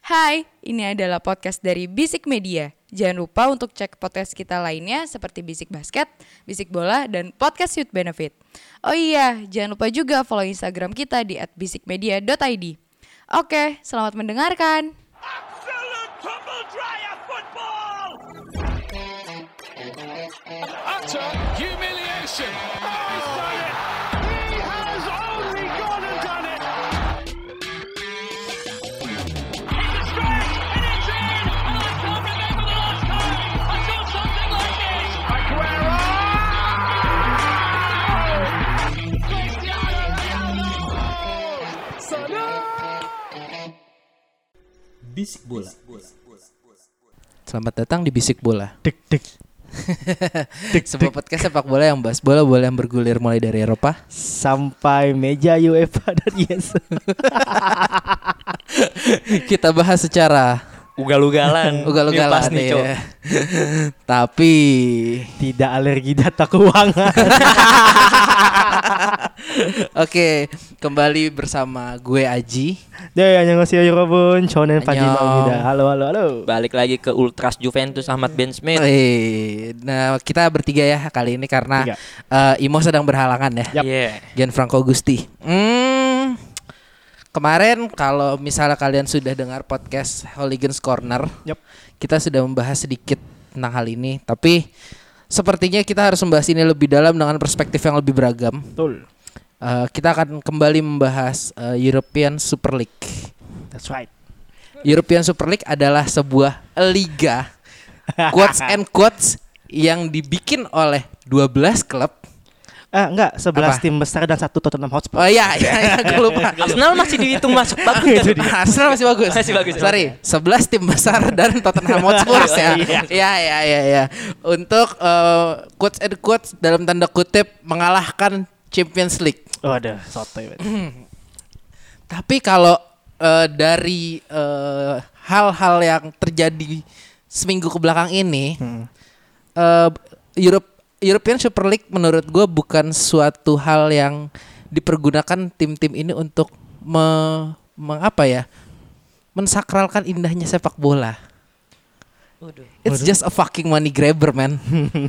Hai, ini adalah podcast dari Bisik Media. Jangan lupa untuk cek podcast kita lainnya seperti Bisik Basket, Bisik Bola, dan Podcast Youth Benefit. Oh iya, jangan lupa juga follow Instagram kita di @bisikmedia.id. Oke, selamat mendengarkan. Absolute tumble dryer football! Utter humiliation. Oh, he's done it! He has only gone and done it! It's a stretch, and it's in! And I can't remember the last time I saw something like this! Aguero! Cristiano Ronaldo! Salah! Bisik Bola. Selamat datang di Bisik Bola. Dek. Sebuah podcast sepak bola yang bahas bola-bola yang bergulir mulai dari Eropa Sampai meja UEFA dan yes. kita bahas secara ugal-ugalan ugal-ugalan nih, ya. Tapi Tidak alergi data keuangan. Oke, kembali bersama gue Aji. Deh, annyeonghaseyo yorobuun. Chonen Panji Annyeong. Maumida. Halo. Balik lagi ke Ultras Juventus Ahmad Ben Smith. Nah kita bertiga ya kali ini karena Tiga. Imo sedang berhalangan ya. Yap. Yeah. Gianfranco Gusti. Kemarin kalau misalnya kalian sudah dengar podcast Hooligans Corner, Yap. kita sudah membahas sedikit tentang hal ini. Tapi sepertinya kita harus membahas ini lebih dalam dengan perspektif yang lebih beragam. Betul. Kita akan kembali membahas European Super League. That's right. European Super League adalah sebuah liga quotes and quotes yang dibikin oleh 12 klub. Enggak, 11 Apa? tim besar dan 1 Tottenham Hotspur. Oh iya, gue lupa. Arsenal masih dihitung masuk bagus. Itu dia. Arsenal masih bagus. Masih bagus. Sorry, 11 tim besar dan Tottenham Hotspur ya. Iya. Untuk quotes and quotes dalam tanda kutip mengalahkan Champions League. Oh, ada sotoy. Tapi kalau dari hal-hal yang terjadi seminggu ke belakang ini, European Super League menurut gue bukan suatu hal yang dipergunakan tim-tim ini untuk mensakralkan indahnya sepak bola. It's just a fucking money grabber, man.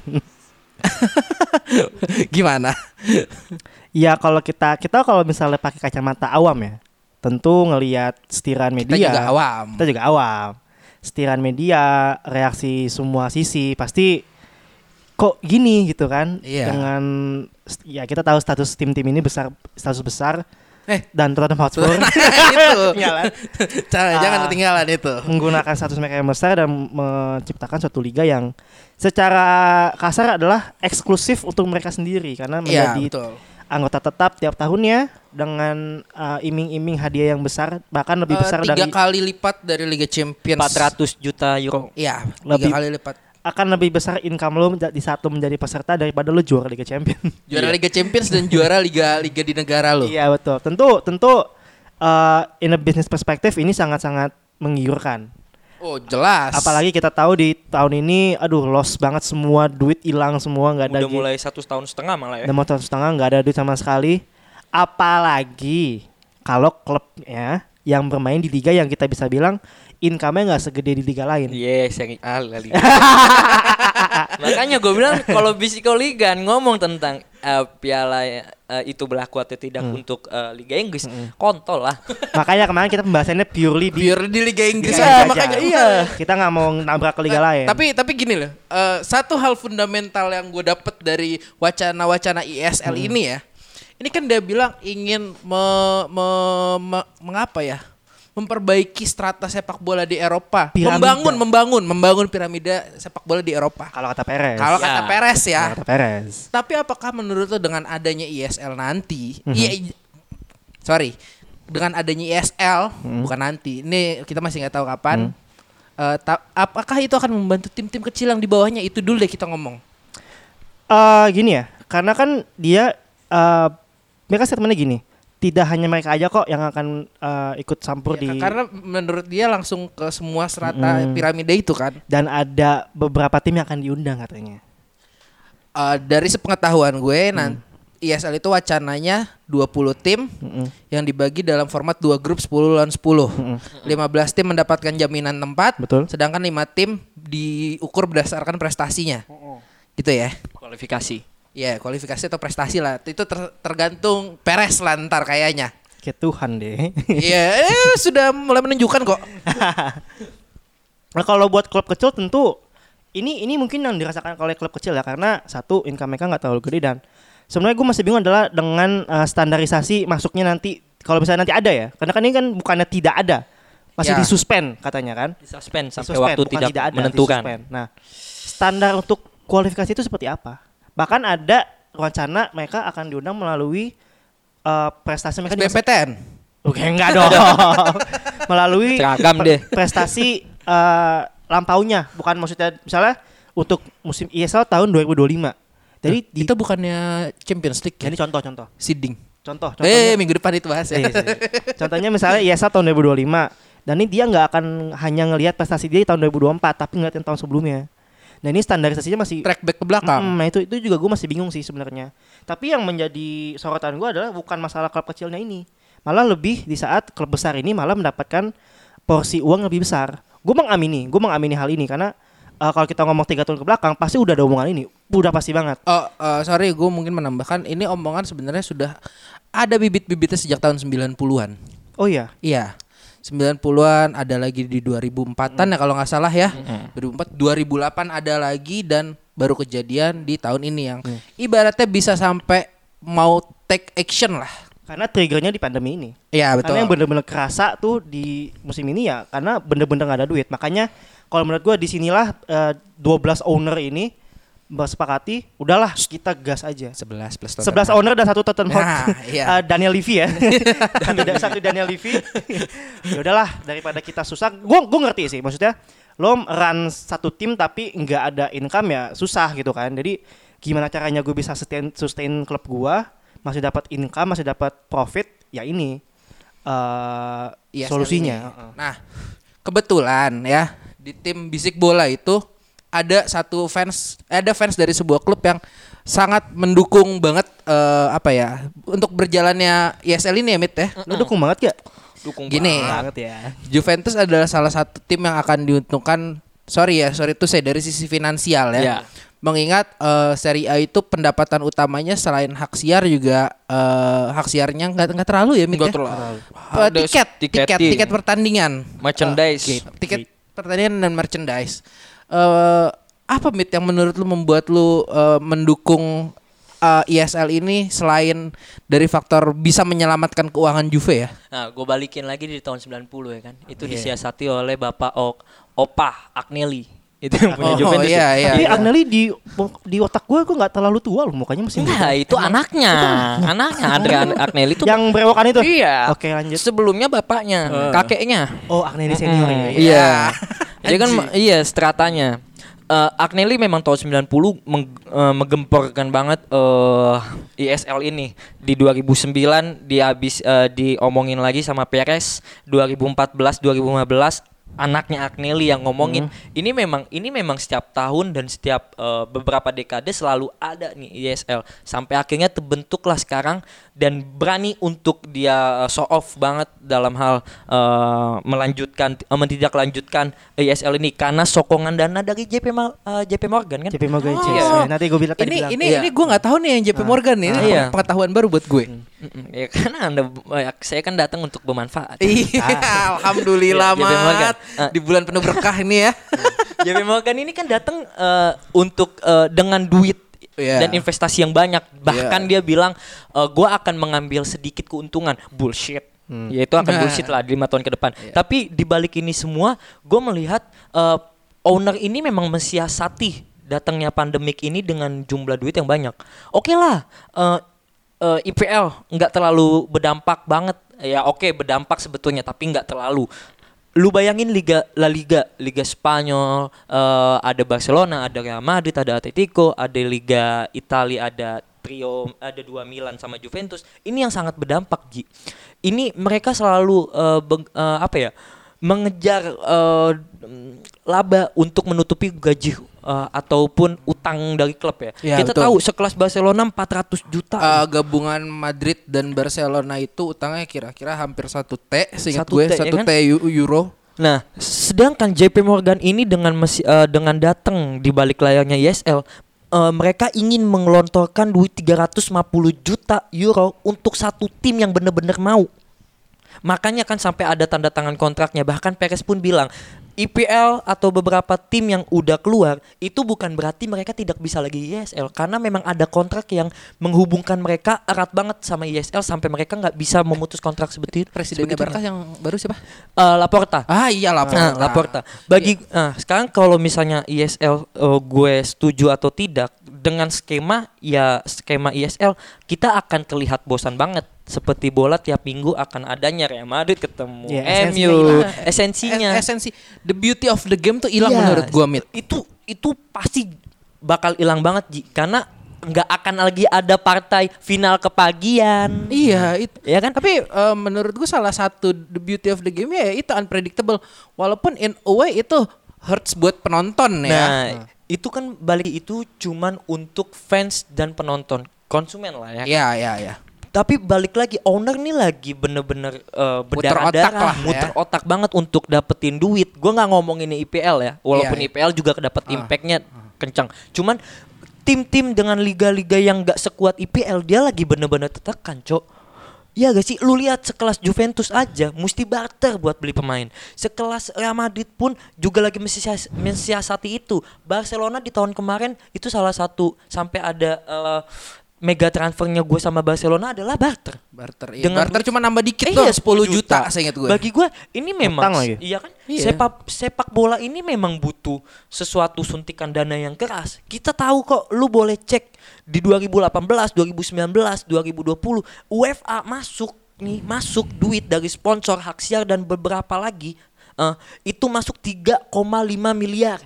Gimana? Ya kalau kita kalau misalnya pakai kacamata awam ya, tentu ngelihat setiran media. Kita juga awam. Setiran media, reaksi semua sisi pasti kok gini gitu kan. Iya. Dengan ya kita tahu status tim-tim ini status besar dan Tottenham Hotspur Itu. Ketinggalan. Jangan ketinggalan itu. menggunakan status mereka yang besar dan menciptakan suatu liga yang secara kasar adalah eksklusif untuk mereka sendiri karena Iya, menjadi betul. anggota tetap tiap tahunnya dengan iming-iming hadiah yang besar, bahkan lebih besar 3 dari kali lipat dari Liga Champions. 400 juta euro. Iya, Lebih- 3 kali lipat. akan lebih besar income lo di saat lo menjadi peserta daripada lo juara Liga Champions. Juara Liga Champions dan juara liga di negara lo. Iya betul. Tentu in a business perspective ini sangat-sangat menggiurkan. Oh, jelas. Apalagi kita tahu di tahun ini, loss banget semua, duit hilang semua, nggak ada. Udah mulai 1,5 tahun malah ya. Udah mau 1,5 tahun nggak ada duit sama sekali. Apalagi kalau klubnya yang bermain di liga yang kita bisa bilang income-nya nggak segede di liga lain. Yes, yang makanya gue bilang kalau Bisikoligan ngomong tentang piala itu berlaku atau tidak untuk Liga Inggris, kontol lah. Makanya kemarin kita pembahasannya purely di Liga Inggris Liga aja, aja. makanya Iya. Kita nggak mau nabrak ke liga lain. Tapi gini loh, satu hal fundamental yang gue dapet dari wacana ISL ini ya, ini kan dia bilang ingin memperbaiki strata sepak bola di Eropa, Piramida. membangun piramida sepak bola di Eropa. kalau kata Perez. Kalau kata Perez ya. Kalau kata Perez. Tapi apakah menurut lo dengan adanya ISL nanti, dengan adanya ISL bukan nanti, ini kita masih nggak tahu kapan. Apakah itu akan membantu tim-tim kecil yang di bawahnya? Itu dulu deh kita ngomong. Gini ya, karena kan dia mereka statementnya gini, tidak hanya mereka aja kok yang akan ikut campur Ya, di, karena menurut dia langsung ke semua strata piramida itu kan. dan ada beberapa tim yang akan diundang katanya. Dari sepengetahuan gue ESL itu wacananya 20 tim yang dibagi dalam format 2 grup 10 lawan 10. 15 tim mendapatkan jaminan tempat, Betul. sedangkan 5 tim diukur berdasarkan prestasinya. Gitu ya. Kualifikasi. Ya, kualifikasi atau prestasi lah. Itu tergantung Perez lah ntar kayaknya. Kayak Tuhan deh. Iya, sudah mulai menunjukkan kok. Nah, kalau buat klub kecil tentu ini mungkin yang dirasakan oleh klub kecil ya, karena satu income mereka nggak terlalu gede, dan sebenarnya gue masih bingung adalah dengan standarisasi masuknya nanti kalau misalnya nanti ada ya, karena kan ini kan bukannya tidak ada, masih Ya. disuspend katanya kan. Disuspend sampai Disuspend, waktu bukan tidak ada, menentukan. disuspend. Nah, standar untuk kualifikasi itu seperti apa? Bahkan ada wacana mereka akan diundang melalui prestasi mereka di masa- SBMPTN. Oke, enggak dong. Melalui Seragam deh. prestasi lampaunya, bukan maksudnya misalnya untuk musim ESL tahun 2025. Jadi Itu bukannya Champions League ya? jadi contoh-contoh. Seeding. Contohnya Minggu depan itu bahas ya. Iya, iya. Contohnya misalnya ESL tahun 2025. Dan ini dia nggak akan hanya ngelihat prestasi dia di tahun 2024, tapi ngeliatin tahun sebelumnya. Nah ini standarisasinya masih Track back ke belakang. Nah itu juga gue masih bingung sih sebenarnya. Tapi yang menjadi sorotan gue adalah bukan masalah klub kecilnya ini, malah lebih di saat klub besar ini malah mendapatkan porsi uang lebih besar. Gue mengamini hal ini karena kalau kita ngomong 3 tahun ke belakang pasti udah ada omongan ini, udah pasti banget. Sorry, gue mungkin menambahkan ini omongan sebenarnya sudah ada bibit-bibitnya sejak tahun 90-an. Oh iya, Iya. 90-an ada lagi di 2004-an ya kalau nggak salah ya. 2004, 2008 ada lagi dan baru kejadian di tahun ini yang ibaratnya bisa sampai mau take action lah. karena triggernya di pandemi ini. Iya, betul. Karena yang bener-bener kerasa tuh di musim ini ya karena bener-bener nggak ada duit. Makanya kalau menurut gue disinilah 12 owner ini bersepakati, udahlah kita gas aja. 11 plus 11 owner dan 1 Tottenham. Nah, iya. Daniel Levy ya. Dan satu Daniel Levy. Ya udahlah daripada kita susah. Gue ngerti sih, maksudnya lo run satu tim tapi nggak ada income ya susah gitu kan. Jadi gimana caranya gue bisa sustain klub gue, masih dapat income, masih dapat profit, ya ini Iya, solusinya. sekali ini. Nah, kebetulan ya di tim Bisik Bola itu ada fans dari sebuah klub yang sangat mendukung banget untuk berjalannya ESL ini ya, Mit ya. Lo dukung banget gak? Dukung Gini, Banget ya. Juventus adalah salah satu tim yang akan diuntungkan, sorry itu saya dari sisi finansial ya. Iya. Mengingat Serie A itu pendapatan utamanya selain hak siar juga hak siarnya nggak terlalu ya, Mit, Nggak ya? terlalu. Ada Tiketing. tiket pertandingan, Merchandise. tiket pertandingan dan merchandise. Apa, Mit, yang menurut lu membuat lu mendukung ESL ini selain dari faktor bisa menyelamatkan keuangan Juve ya? Nah, gue balikin lagi di tahun 90 ya kan. Itu disiasati oleh Bapak Opa Agnelli. Itu yang punya Juventus. Iya. Tapi Agnelli di otak gue nggak terlalu tua loh, mukanya masih muda. Nah, itu anaknya. Anaknya Andrea Agnelli itu. Yang berewokan itu. Iya. Oke, lanjut. Sebelumnya bapaknya, kakeknya. Oh, Agnelli senior ya. Iya. Jadi kan stratanya. Agnelli memang tahun 90 menggemporkan banget ESL ini. Di 2009 dia habis diomongin lagi sama Perez. 2014 2015 anaknya Agnelli yang ngomongin. Ini memang setiap tahun dan setiap beberapa dekade selalu ada nih ESL sampai akhirnya terbentuklah sekarang dan berani untuk dia show off banget dalam hal menindaklanjutkan ESL ini karena sokongan dana dari JP Morgan kan. JP Morgan Chase. Oh. Ya, nanti gue bilang tadi bilang. Ini gue nggak tahu nih yang JP Morgan nih. Ini Iya. pengetahuan baru buat gue. Ya karena saya kan datang untuk bermanfaat. Iya, alhamdulillah, Iya, JP Morgan. Mat. Di bulan penuh berkah ini ya. JP Morgan ini kan datang untuk dengan duit Iya. dan investasi yang banyak. Bahkan dia bilang gua akan mengambil sedikit keuntungan. Bullshit. Ya itu akan bullshit lah di 5 tahun ke depan. Tapi di balik ini semua, gue melihat owner ini memang mensiasati datangnya pandemik ini dengan jumlah duit yang banyak. Oke lah, IPL nggak terlalu berdampak banget. Ya oke, berdampak sebetulnya, tapi nggak terlalu. Lu bayangin La Liga Spanyol, ada Barcelona, ada Real Madrid, ada Atletico, ada Liga Italia, ada trio, ada 2 Milan sama Juventus. Ini yang sangat berdampak, Ji. Ini mereka selalu mengejar laba untuk menutupi gaji ataupun utang dari klub ya. Ya, Kita betul. tahu sekelas Barcelona 400 juta. Gabungan Madrid dan Barcelona itu utangnya kira-kira hampir 1 T seingat 1 gue, T, ya 1 kan? T euro. Nah, sedangkan JP Morgan ini dengan dengan datang di balik layarnya ISL, mereka ingin mengelontorkan duit 350 juta euro untuk satu tim yang benar-benar mau. Makanya kan sampai ada tanda tangan kontraknya. Bahkan Perez pun bilang IPL atau beberapa tim yang udah keluar itu bukan berarti mereka tidak bisa lagi ISL, karena memang ada kontrak yang menghubungkan mereka erat banget sama ISL sampai mereka nggak bisa memutus kontrak Presidennya Barca yang baru siapa? Laporta. Iya Laporta. Laporta. Bagi sekarang kalau misalnya ISL gue setuju atau tidak dengan skema ISL, kita akan terlihat bosan banget. Seperti bola tiap minggu akan adanya Real Madrid ketemu MU. Esensinya. Esensi the beauty of the game tuh hilang Iya, menurut gua, Mit. Itu pasti bakal hilang banget Ji, karena nggak akan lagi ada partai final kepagian. Iya, itu Ya kan? Tapi menurut gue salah satu the beauty of the game ya itu unpredictable. Walaupun in a way itu hurts buat penonton ya. Nah, itu kan balik itu cuman untuk fans dan penonton, konsumen lah ya. Iya. Tapi balik lagi, owner nih lagi bener-bener Muter otak lah berdarah-darah, ya. muter otak banget untuk dapetin duit. Gue nggak ngomongin IPL ya, walaupun Iya. IPL juga dapet impactnya kencang. Cuman tim-tim dengan liga-liga yang nggak sekuat IPL dia lagi bener-bener tertekan, Cok. Iya gak sih? Lu lihat sekelas Juventus aja mesti barter buat beli pemain. Sekelas Real Madrid pun juga lagi mensiasati itu. Barcelona di tahun kemarin itu salah satu sampai ada mega transfernya gue sama Barcelona adalah barter. Barter, iya. Dengan- Barter cuma nambah dikit Iya, doang, 10 juta saya ingat gue. Bagi gue ini memang Utang lagi. iya kan? Iya. Sepak bola ini memang butuh sesuatu suntikan dana yang keras. Kita tahu kok, lu boleh cek di 2018, 2019, 2020 UEFA masuk duit dari sponsor, hak siar dan beberapa lagi itu masuk 3,5 miliar.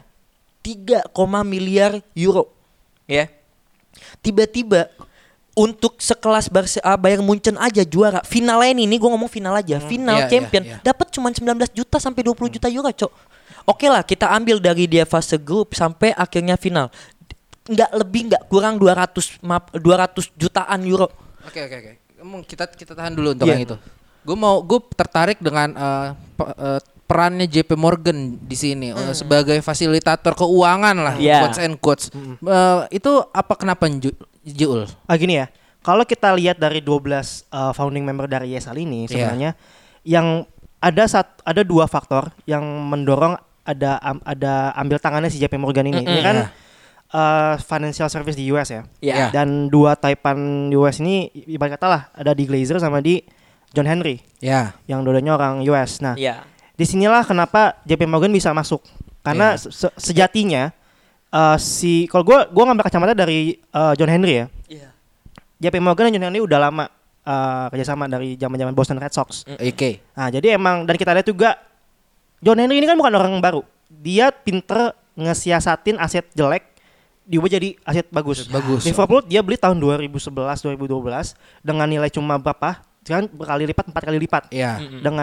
3, miliar euro. Ya. Tiba-tiba untuk sekelas Bayern Munchen aja juara finalnya ini gue ngomong final aja, final Iya, champion iya. dapat cuma 19 juta sampai 20 juta euro, Cok. Oke lah, kita ambil dari dia fase grup sampai akhirnya final. Nggak lebih nggak kurang 200 jutaan euro. Oke. Kita tahan dulu untuk Iya. yang itu. Gue tertarik dengan perannya JP Morgan di sini sebagai fasilitator keuangan lah, Iya. quotes and quotes. Itu kenapa Jul? Gini ya, kalau kita lihat dari 12 founding member dari ISL ini sebenarnya yang ada 2 faktor yang mendorong ada ambil tangannya si JP Morgan ini. Ini kan financial service di US ya. Iya. Dan 2 taipan US ini ibarat kata lah ada di Glazer sama di John Henry Ya. yang dua-duanya orang US. Nah, Iya. disinilah kenapa JP Morgan bisa masuk karena sejatinya kalau gue ngambil kacamata dari John Henry ya. Iya. JP Morgan dan John Henry udah lama kerjasama dari zaman Boston Red Sox. Oke. Nah jadi emang dan kita lihat juga John Henry ini kan bukan orang baru. Dia pinter ngesiasatin aset jelek diubah jadi aset bagus. Bagus. Liverpool dia beli tahun 2011-2012 dengan nilai cuma berapa? Kan berkali lipat, 4 kali lipat. Iya.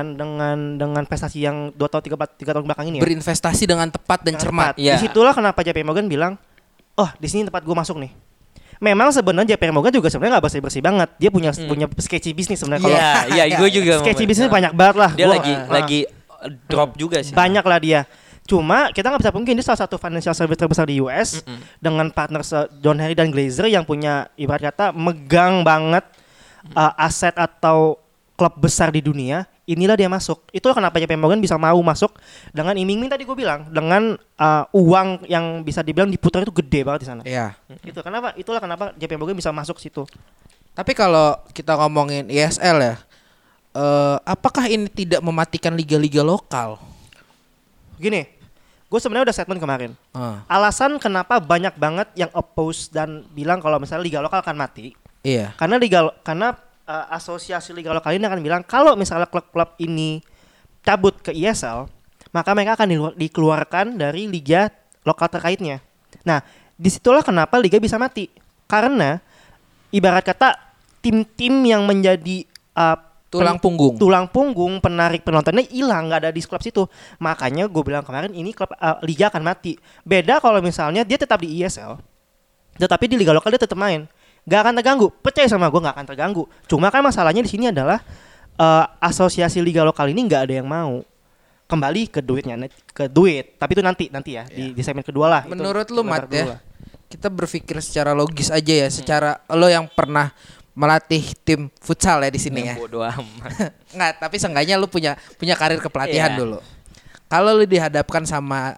Dengan prestasi yang 2 tahun 3 tahun belakang ini ya. Berinvestasi dengan tepat dan cermat. Iya. Disitulah kenapa JP Morgan bilang, oh di sini tempat gue masuk nih. Memang sebenarnya JP Morgan juga sebenarnya nggak bersih bersih banget. Dia punya sketchy bisnis sebenarnya. Iya, gue juga mau Sketchy main. bisnis banyak banget lah. Dia Gua- lagi drop juga sih. banyak lah dia. Cuma kita nggak bisa mungkin dia salah satu financial service terbesar di US dengan partner John Henry dan Glazer yang punya ibarat kata megang banget aset atau klub besar di dunia. Inilah dia masuk. Itulah kenapa JP Morgan bisa mau masuk dengan iming-iming tadi gue bilang dengan uang yang bisa dibilang diputar itu gede banget di sana. Iya. Itulah kenapa JP Morgan bisa masuk situ. Tapi kalau kita ngomongin ISL ya, apakah ini tidak mematikan liga-liga lokal? Gini, gue sebenarnya udah statement kemarin. Ah. Alasan kenapa banyak banget yang oppose dan bilang kalau misalnya liga lokal akan mati. Iya. Karena asosiasi liga lokal ini akan bilang kalau misalnya klub-klub ini cabut ke ISL, maka mereka akan dikeluarkan dari liga lokal terkaitnya. Nah, disitulah kenapa liga bisa mati. Karena ibarat kata tim-tim yang menjadi Tulang punggung. tulang punggung penarik penontonnya hilang, nggak ada di klub situ. Makanya gue bilang kemarin ini klub liga akan mati. Beda kalau misalnya dia tetap di ESL, tetapi di liga lokal dia tetap main, nggak akan terganggu. Percaya sama gue, nggak akan terganggu. Cuma kan masalahnya di sini adalah asosiasi liga lokal ini nggak ada yang mau kembali ke duit. Tapi itu nanti ya di segmen kedua lah. Menurut Itu lu komentar Mat dulu ya, lah. kita berpikir secara logis aja ya, secara lo yang pernah melatih tim futsal ya di sini ya. Bodoh amat. Nggak, tapi seenggaknya lu punya karir kepelatihan Iya. dulu. Kalau lu dihadapkan sama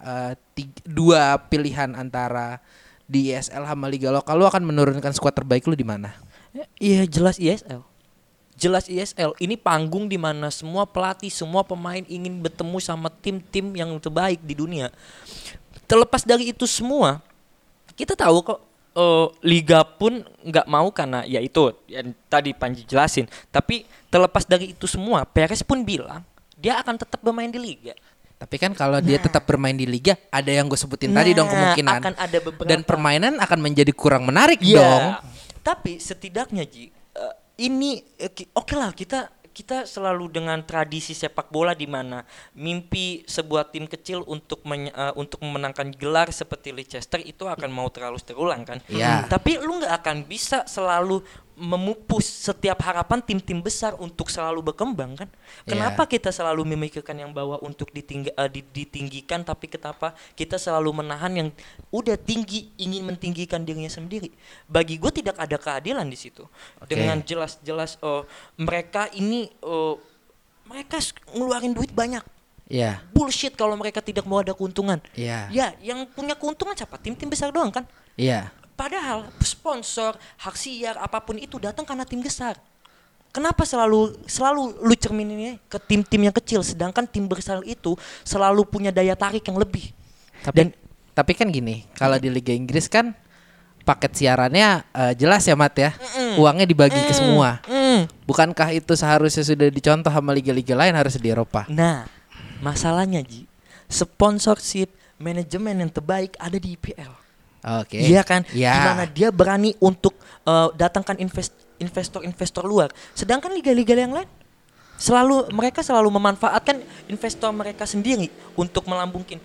dua pilihan antara di ESL sama liga lokal, lu akan menurunkan skuad terbaik lu di mana? Iya jelas ESL. Jelas ESL. Ini panggung di mana semua pelatih, semua pemain ingin bertemu sama tim-tim yang terbaik di dunia. Terlepas dari itu semua, kita tahu kok liga pun nggak mau karena ya itu yang tadi Panji jelasin. Tapi terlepas dari itu semua, Perez pun bilang dia akan tetap bermain di liga. Tapi kan kalau dia tetap bermain di liga, ada yang gue sebutin tadi dong kemungkinan. Akan ada beberapa. Dan permainan akan menjadi kurang menarik Iya. dong. Tapi setidaknya Ji, ini oke lah kita selalu dengan tradisi sepak bola di mana mimpi sebuah tim kecil untuk memenangkan gelar seperti Leicester itu akan mau terus terulang kan. Iya. Tapi lu nggak akan bisa selalu memupus setiap harapan tim-tim besar untuk selalu berkembang kan. Kenapa kita selalu memikirkan yang bawah untuk ditinggikan, tapi kenapa kita selalu menahan yang udah tinggi ingin mentinggikan dirinya sendiri. Bagi gue tidak ada keadilan di situ. Dengan jelas-jelas mereka ini mereka ngeluarin duit banyak. Iya. Bullshit kalau mereka tidak mau ada keuntungan. Iya. Ya, yang punya keuntungan siapa? Tim-tim besar doang kan? Iya. Padahal sponsor, hak siar, apapun itu datang karena tim besar. Kenapa selalu lu cermininnya ke tim-tim yang kecil, sedangkan tim besar itu selalu punya daya tarik yang lebih. Tapi kan gini, kalau di Liga Inggris kan paket siarannya jelas ya Mat ya, uangnya dibagi ke semua. Bukankah itu seharusnya sudah dicontoh sama liga-liga lain harus di Eropa? Nah, masalahnya Ji, sponsorship manajemen yang terbaik ada di IPL. Oke. Iya kan? Iya. Dimana dia berani untuk datangkan investor-investor luar. Sedangkan liga-liga yang lain mereka selalu memanfaatkan investor mereka sendiri untuk melambungi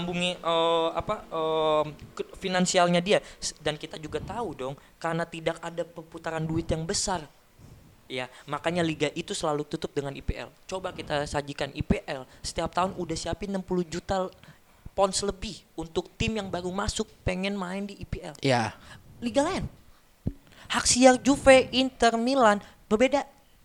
finansialnya dia. Dan kita juga tahu dong, karena tidak ada perputaran duit yang besar. Ya, makanya liga itu selalu tutup dengan IPL. Coba kita sajikan IPL setiap tahun udah siapin 60 juta pounds lebih untuk tim yang baru masuk pengen main di IPL. Iya. Liga lain, hak siar Juve, Inter, Milan berbeda.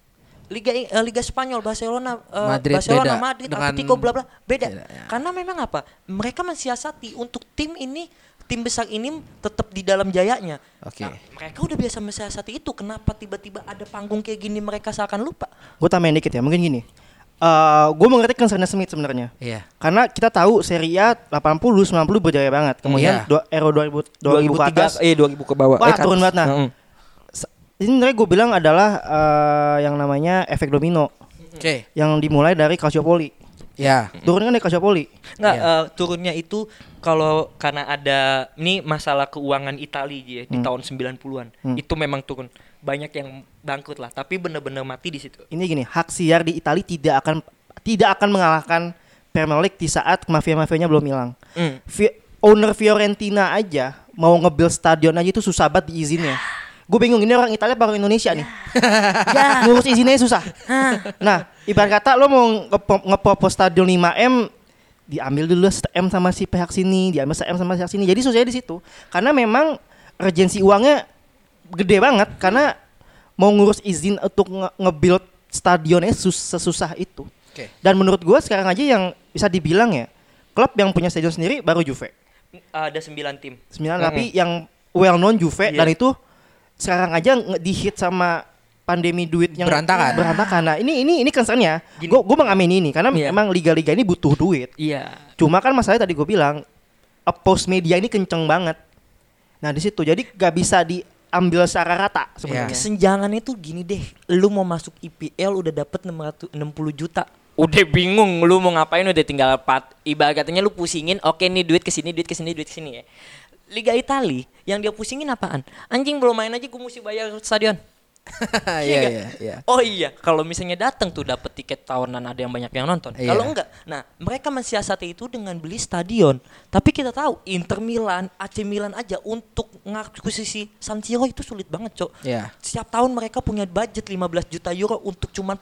Liga Spanyol, Barcelona, Madrid beda. Madrid, Dengan Atletico, bla bla beda. ya. Karena memang apa? Mereka mensiasati untuk tim besar ini tetap di dalam jayanya. Oke. Nah, mereka udah biasa mensiasati itu. Kenapa tiba-tiba ada panggung kayak gini mereka seakan lupa? Gue tambahin dikit ya, mungkin gini. Gue mengerti concernnya Smith sebenarnya. Iya. Karena kita tahu Serie A 80 90 berjaya banget. Kemudian Iya. Euro 2000 ke atas. 2000 ke bawah. Wah, turun banget. Nah, ini sebenarnya gue bilang adalah yang namanya efek domino Oke. yang dimulai dari Calciopoli. Ya. Turun kan dari Calciopoli. Nggak, turunnya itu karena ada ini masalah keuangan Italia di tahun 90-an. Itu memang turun. Banyak yang bangkrut lah, tapi benar-benar mati di situ. Ini gini, hak siar di Italia tidak akan mengalahkan Premier League di saat mafia-mafianya belum hilang. Owner Fiorentina aja mau nge-build stadion aja itu susah banget diizinnya. Gue bingung, ini orang Italia apa orang Indonesia nih? Ngurus izinnya susah. Nah, ibarat kata lo mau nge-propose stadion 5M, diambil dulu M sama si pihak sini, diambil M sama pihak sini. Jadi susahnya di situ. Karena memang urgensi uangnya gede banget, karena mau ngurus izin untuk nge-build stadionnya sesusah itu. Oke. Dan menurut gue sekarang aja yang bisa dibilang ya, klub yang punya stadion sendiri baru Juve. Ada 9 tim. 9 tapi yang well known Juve, Iya. dan itu sekarang aja di-hit sama pandemi duit yang Berantakan. Nah, ini concernnya. Gue mengamini ini karena Iya. memang liga-liga ini butuh duit. Iya. Cuma kan masalahnya tadi gue bilang post media ini kenceng banget. Nah, di situ jadi gak bisa diambil secara rata sebenarnya. Kesenjangannya tuh gini deh. Lu mau masuk IPL udah dapet 660 juta. Udah bingung lu mau ngapain, udah tinggal ibarat katanya lu pusingin, oke nih duit kesini ya. Liga Italia yang dia pusingin apaan? Anjing belum main aja gue mesti bayar stadion. Iya, iya. Oh iya, kalau misalnya datang tuh dapat tiket tahunan ada yang banyak yang nonton. Iya. Kalau enggak, nah mereka mensiasati itu dengan beli stadion. Tapi kita tahu Inter Milan, AC Milan aja untuk ngakuisisi San Siro itu sulit banget, Cok. Iya. Setiap tahun mereka punya budget 15 juta euro untuk cuman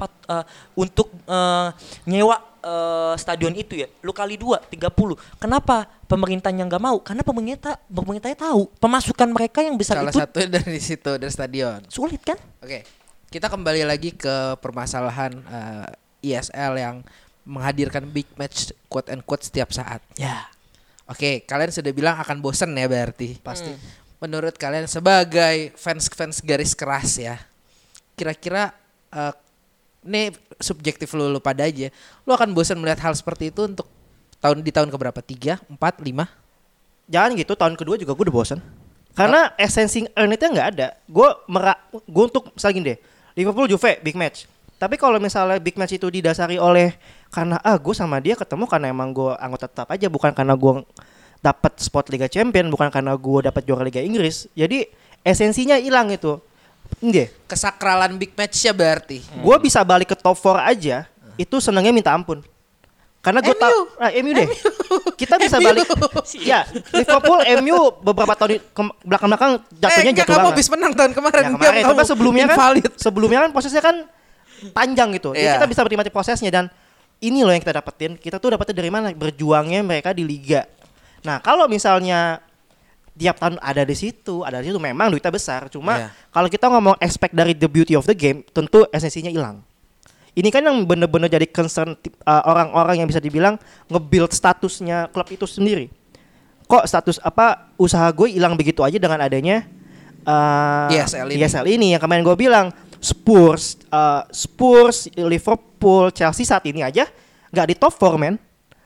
nyewa stadion itu ya. Lu kali 2, 30. Kenapa pemerintahnya nggak mau? Karena pemerintahnya tahu pemasukan mereka yang besar Salah itu satu dari situ, dari stadion. sulit kan? Oke, kita kembali lagi ke permasalahan ISL yang menghadirkan big match quote and quote setiap saat. Ya. Oke, kalian sudah bilang akan bosen ya berarti. Pasti. Menurut kalian sebagai fans garis keras ya, kira-kira ini subjektif lu pada aja. Lu akan bosan melihat hal seperti itu untuk tahun keberapa? 3, 4, 5? Jangan gitu, tahun kedua juga gue udah bosan. Karena esensi earn-nya nggak ada. Gue untuk misalnya gini deh, Liverpool Juve big match. Tapi kalau misalnya big match itu didasari oleh karena gue sama dia ketemu karena emang gue anggota tetap aja, bukan karena gue dapat spot Liga Champion, bukan karena gue dapat juara Liga Inggris. Jadi esensinya hilang itu. Nggih. Kesakralan big match-nya berarti. Gue bisa balik ke top 4 aja, itu senangnya minta ampun. Karena gue tahu, MU deh. Kita bisa balik. Ya, Liverpool, MU beberapa tahun belakang jatuhnya jatuh kamu banget. habis menang tahun kemarin. Ya, kemarin itu kan sebelumnya kan prosesnya kan panjang gitu. Jadi Iya. kita bisa menikmati prosesnya dan ini loh yang kita dapetin. Kita tuh dapetnya dari mana? Berjuangnya mereka di liga. Nah, kalau misalnya tiap tahun ada di situ memang duitnya besar. Cuma Iya. kalau kita ngomong expect dari the beauty of the game, tentu esensinya hilang. Ini kan yang bener-bener jadi concern orang-orang yang bisa dibilang nge-build statusnya klub itu sendiri. Kok status usaha gue hilang begitu aja dengan adanya ESL ini yang kemarin gue bilang Spurs, Liverpool, Chelsea saat ini aja nggak di top 4 men.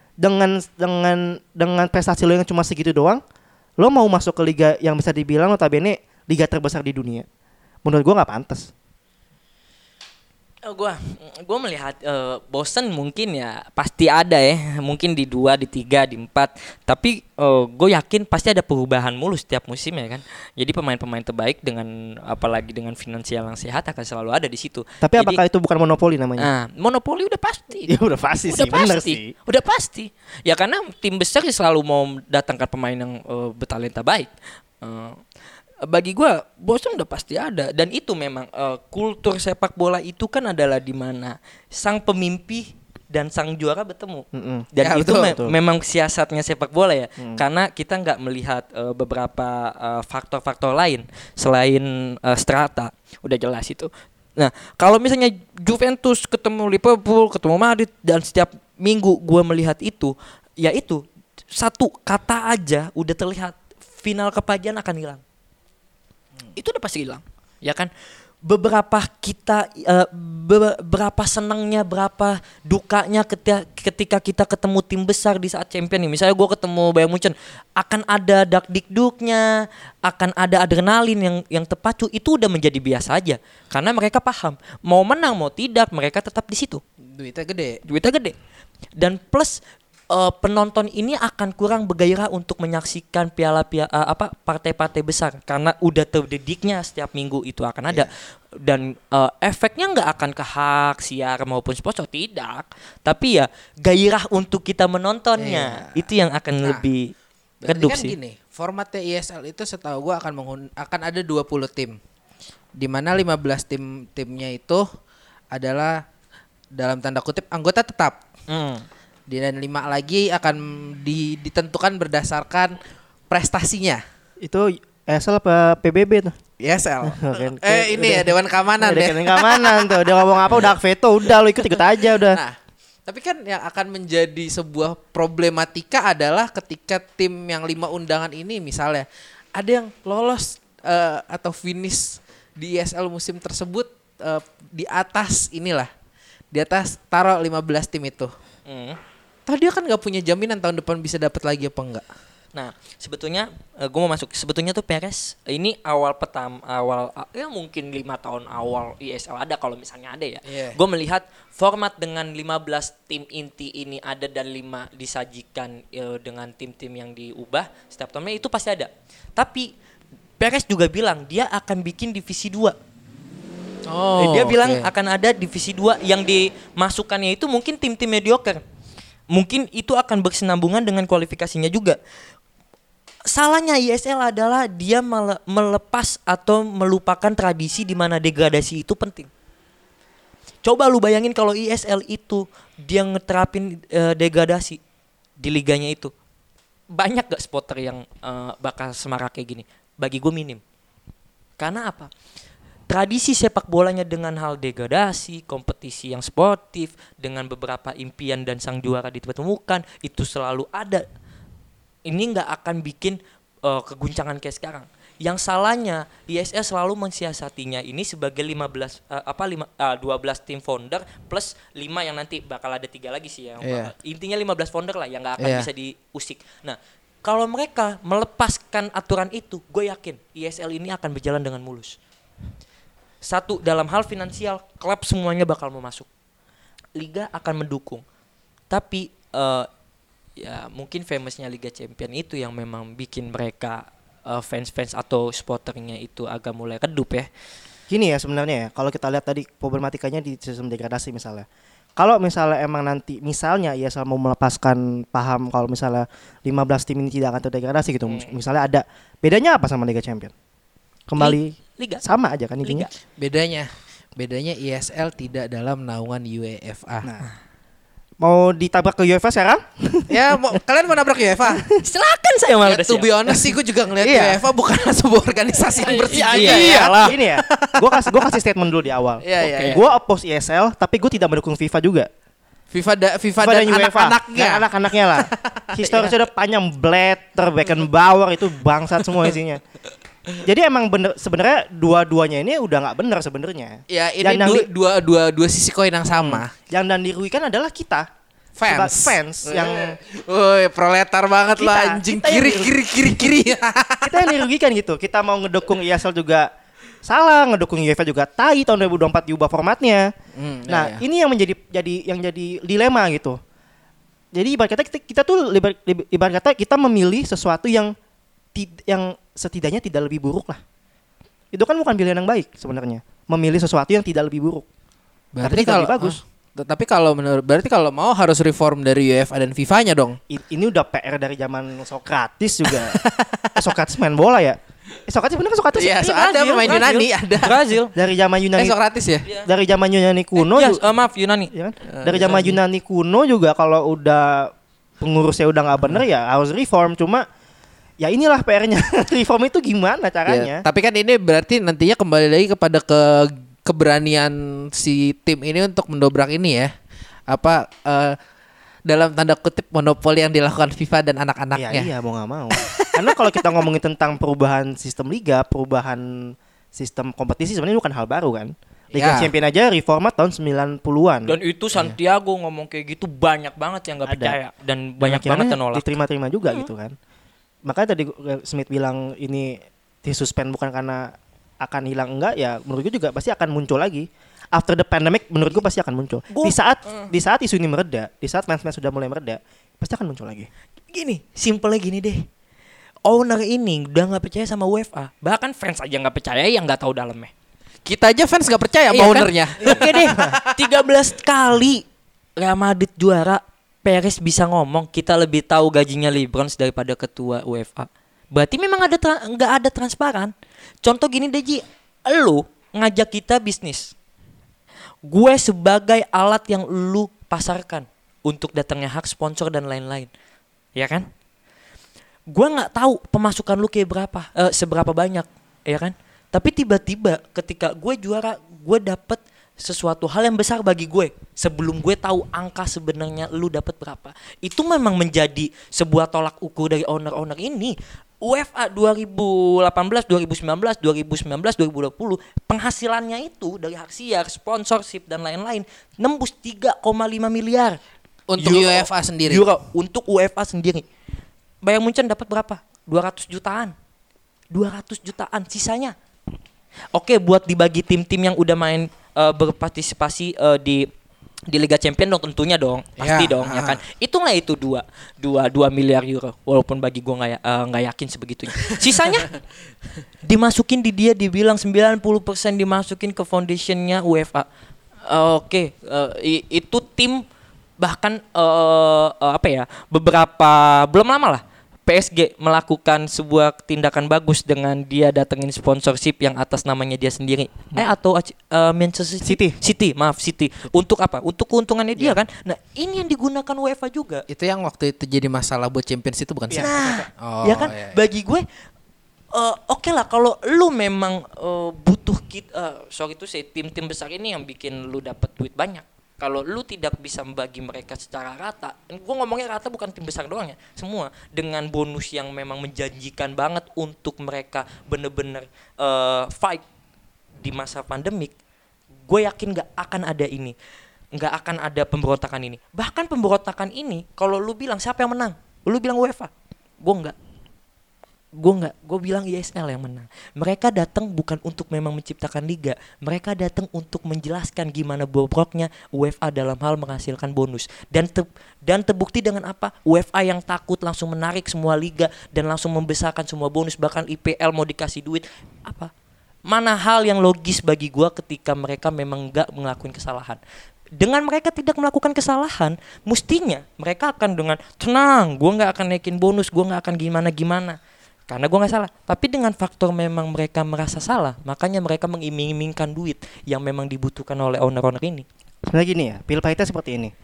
Dengan prestasi lo yang cuma segitu doang, lo mau masuk ke liga yang bisa dibilang notabene liga terbesar di dunia. Menurut gue nggak pantas. Gue melihat bosen mungkin ya pasti ada ya, mungkin di 2, di 3, di 4. Tapi gue yakin pasti ada perubahan mulu setiap musim ya kan. Jadi pemain-pemain terbaik dengan apalagi dengan finansial yang sehat akan selalu ada di situ. Tapi jadi, apakah itu bukan monopoli namanya? Nah, monopoli udah pasti. Ya udah pasti sih, bener sih. Udah pasti. Ya karena tim besar selalu mau mendatangkan pemain yang bertalenta baik. Bagi gue bosan udah pasti ada dan itu memang kultur sepak bola itu kan adalah di mana sang pemimpi dan sang juara bertemu. Dan Ya, itu betul. memang siasatnya sepak bola ya. Karena kita nggak melihat beberapa faktor-faktor lain selain strata. Udah jelas itu. Nah, kalau misalnya Juventus ketemu Liverpool, ketemu Madrid dan setiap minggu gue melihat itu, ya itu satu kata aja udah terlihat final kepagian akan hilang. Itu udah pasti hilang, ya kan? Beberapa senangnya, berapa dukanya ketika kita ketemu tim besar di saat champion nih. Misalnya gue ketemu Bayern Munchen, akan ada dak-dikduknya, akan ada adrenalin yang terpacu. Itu udah menjadi biasa aja, karena mereka paham mau menang mau tidak mereka tetap di situ. Duitnya gede. Dan plus penonton ini akan kurang bergairah untuk menyaksikan partai-partai besar karena udah terdidiknya setiap minggu itu akan ada. Dan efeknya nggak akan ke hak siar maupun sponsor, tidak, tapi ya gairah untuk kita menontonnya itu yang akan lebih redup kan sih. gini, formatnya ISL itu setahu gua akan ada 20 tim. Di mana 15 timnya itu adalah dalam tanda kutip anggota tetap. Dan 5 lagi akan ditentukan berdasarkan prestasinya. Itu ESL apa PBB tuh? ESL. Kan, Ini ya Dewan Keamanan ya. Dewan Keamanan tuh. Dia ngomong apa udah hak veto, udah lo ikut aja udah. Nah, tapi kan yang akan menjadi sebuah problematika adalah ketika tim yang 5 undangan ini misalnya ada yang lolos atau finish di ESL musim tersebut di atas inilah. Di atas taruh 15 tim itu. Toh dia kan nggak punya jaminan tahun depan bisa dapat lagi apa enggak. Nah, sebetulnya gue mau masuk. Sebetulnya tuh Perez ini ya mungkin 5 tahun awal ISL ada kalau misalnya ada ya. Yeah. Gue melihat format dengan 15 tim inti ini ada dan 5 disajikan dengan tim-tim yang diubah setiap tahunnya itu pasti ada. Tapi Perez juga bilang dia akan bikin divisi 2. Oh, Dia bilang oke. akan ada divisi 2 yang dimasukkannya itu mungkin tim-tim mediocre. Mungkin itu akan berkesinambungan dengan kualifikasinya juga. Salahnya ISL adalah dia melepas atau melupakan tradisi di mana degradasi itu penting. Coba lu bayangin kalau ISL itu dia ngeterapin degradasi di liganya itu. Banyak gak spotter yang bakal semarak kayak gini? Bagi gue minim. Karena apa? Tradisi sepak bolanya dengan hal degradasi, kompetisi yang sportif, dengan beberapa impian dan sang juara dipertemukan, itu selalu ada. Ini nggak akan bikin keguncangan kayak sekarang. Yang salahnya ISL selalu mensiasatinya ini sebagai 12 tim founder plus 5 yang nanti bakal ada 3 lagi sih yang intinya 15 founder lah yang nggak akan bisa diusik. Nah, kalau mereka melepaskan aturan itu, gue yakin ISL ini akan berjalan dengan mulus. Satu, dalam hal finansial, klub semuanya bakal mau masuk. Liga akan mendukung. Tapi ya mungkin famousnya Liga Champion itu yang memang bikin mereka fans-fans atau supporternya itu agak mulai redup ya. Gini ya sebenarnya ya, kalau kita lihat tadi problematikanya di sistem degradasi misalnya. Kalau misalnya emang nanti misalnya ISL mau melepaskan paham kalau misalnya 15 tim ini tidak akan terdegradasi gitu. Misalnya ada bedanya apa sama Liga Champion? Kembali Liga sama aja kan intinya. Bedanya ISL tidak dalam naungan UEFA. Nah, mau ditabrak ke UEFA sekarang? Ya, kalian mau nabrak UEFA? silakan saya malah To be honest sih, gue juga ngeliat UEFA bukanlah sebuah organisasi yang bersih. Iyalah. Ini ya. Gue kasih statement dulu di awal. Iya. Gue oppose ISL, tapi gue tidak mendukung FIFA juga. FIFA dan UEFA. anak-anaknya. Dan anak-anaknya lah. Historisnya udah panjang, Blatter, Beckenbauer itu bangsat semua isinya. Jadi emang bener sebenarnya dua-duanya ini udah nggak bener sebenarnya. Ya ini dua sisi koin yang sama. Yang dan dirugikan adalah kita fans yang woi proletar banget Kita- lah anjing kita yang kiri. kita yang dirugikan gitu. Kita mau ngedukung ISL juga salah, ngedukung UEFA juga tai tahun 2024 diubah formatnya. Nah, ini yang jadi dilema gitu. Jadi ibarat kata kita tuh ibarat kata kita memilih sesuatu yang setidaknya tidak lebih buruk lah. Itu kan bukan pilihan yang baik sebenarnya. Memilih sesuatu yang tidak lebih buruk. Berarti Tapi tidak kalau lebih bagus. tapi kalau mau harus reform dari UEFA dan FIFA-nya dong. Ini udah PR dari zaman Sokrates juga. Sokrates main bola ya. Sokrates bener kan Sokrates? Iya, ya? ada pemain Yunani ada. Brazil. Dari zaman Yunani. Sokrates ya? Dari zaman Yunani kuno. Maaf Yunani. Ya kan? Dari zaman Yunani kuno juga kalau udah pengurusnya udah nggak bener ya harus reform. Cuma ya inilah PR-nya. Reform itu gimana caranya? Ya, tapi kan ini berarti nantinya kembali lagi kepada keberanian si tim ini untuk mendobrak ini ya. Dalam tanda kutip monopoli yang dilakukan FIFA dan anak-anaknya. Iya mau nggak mau. Karena kalau kita ngomongin tentang perubahan sistem liga, perubahan sistem kompetisi sebenarnya bukan hal baru kan. Liga Ya. Champion aja reformat tahun 90-an. Dan itu Santiago ngomong kayak gitu banyak banget yang nggak Ada. percaya dan banyak akhirnya banget yang nolak. diterima-terima juga gitu kan. Makanya tadi Smith bilang ini disuspend bukan karena akan hilang enggak ya, menurut gue juga pasti akan muncul lagi. After the pandemic menurut gue pasti akan muncul. Di saat isu ini mereda, di saat fans-fans sudah mulai mereda, pasti akan muncul lagi. Gini, simpelnya gini deh. Owner ini udah nggak percaya sama UEFA. Bahkan fans aja nggak percaya yang nggak tahu dalamnya. Kita aja fans gak percaya sama Iya kan? ownernya. Oke deh. 13 kali Real Madrid juara, Perez bisa ngomong kita lebih tahu gajinya LeBron daripada ketua UEFA. Berarti memang nggak ada transparan. Contoh gini deh Ji, lu ngajak kita bisnis. Gue sebagai alat yang lu pasarkan untuk datangnya hak sponsor dan lain-lain, ya kan? Gue nggak tahu pemasukan lu kayak berapa, seberapa banyak, ya kan? Tapi tiba-tiba ketika gue juara, gue dapet sesuatu hal yang besar bagi gue sebelum gue tahu angka sebenarnya lu dapat berapa. Itu memang menjadi sebuah tolak ukur dari owner-owner ini. UEFA 2018, 2019, 2020 penghasilannya itu dari hak siar, sponsorship dan lain-lain nembus 3,5 miliar Untuk Euro. UEFA sendiri. Euro untuk UEFA sendiri. Bayern Munchen dapat berapa? 200 jutaan. 200 jutaan sisanya. Oke, buat dibagi tim-tim yang udah main berpartisipasi di di Liga Champions dong tentunya dong, pasti Ya, dong ya kan. Hitunglah itu 2 miliar euro. Walaupun bagi gua nggak yakin sebegitunya. Sisanya dimasukin di dia, dibilang 90% dimasukin ke foundationnya UEFA. Oke, itu tim bahkan apa ya, beberapa belum lama lah PSG melakukan sebuah tindakan bagus dengan dia datengin sponsorship yang atas namanya dia sendiri. Atau Manchester City, maaf City. Untuk apa? Untuk keuntungannya dia kan. Nah, ini yang digunakan UEFA juga. Itu yang waktu itu jadi masalah buat Champions itu bukan sih? Nah, Oh, ya kan iya. bagi gue oke lah kalau lu memang butuh sorry itu tim-tim besar ini yang bikin lu dapat duit banyak. Kalau lu tidak bisa membagi mereka secara rata, gue ngomongnya rata bukan tim besar doang ya, semua dengan bonus yang memang menjanjikan banget untuk mereka bener-bener fight di masa pandemik, gue yakin nggak akan ada ini, nggak akan ada pemberontakan ini. Bahkan pemberontakan ini, kalau lu bilang siapa yang menang, lu bilang UEFA, gue bilang ISL yang menang. Mereka datang bukan untuk memang menciptakan liga, mereka datang untuk menjelaskan gimana bobroknya UEFA dalam hal menghasilkan bonus. Dan terbukti dengan apa? UEFA yang takut langsung menarik semua liga dan langsung membesarkan semua bonus, bahkan IPL mau dikasih duit apa? Mana hal yang logis bagi gue ketika mereka memang nggak ngelakuin kesalahan. Dengan mereka tidak melakukan kesalahan, mestinya mereka akan dengan tenang, gue nggak akan naikin bonus, gue nggak akan gimana. Karena gue nggak salah, tapi dengan faktor memang mereka merasa salah, makanya mereka mengiming-imingkan duit yang memang dibutuhkan oleh owner-owner ini. Sebenarnya gini ya, pil pahitnya seperti ini.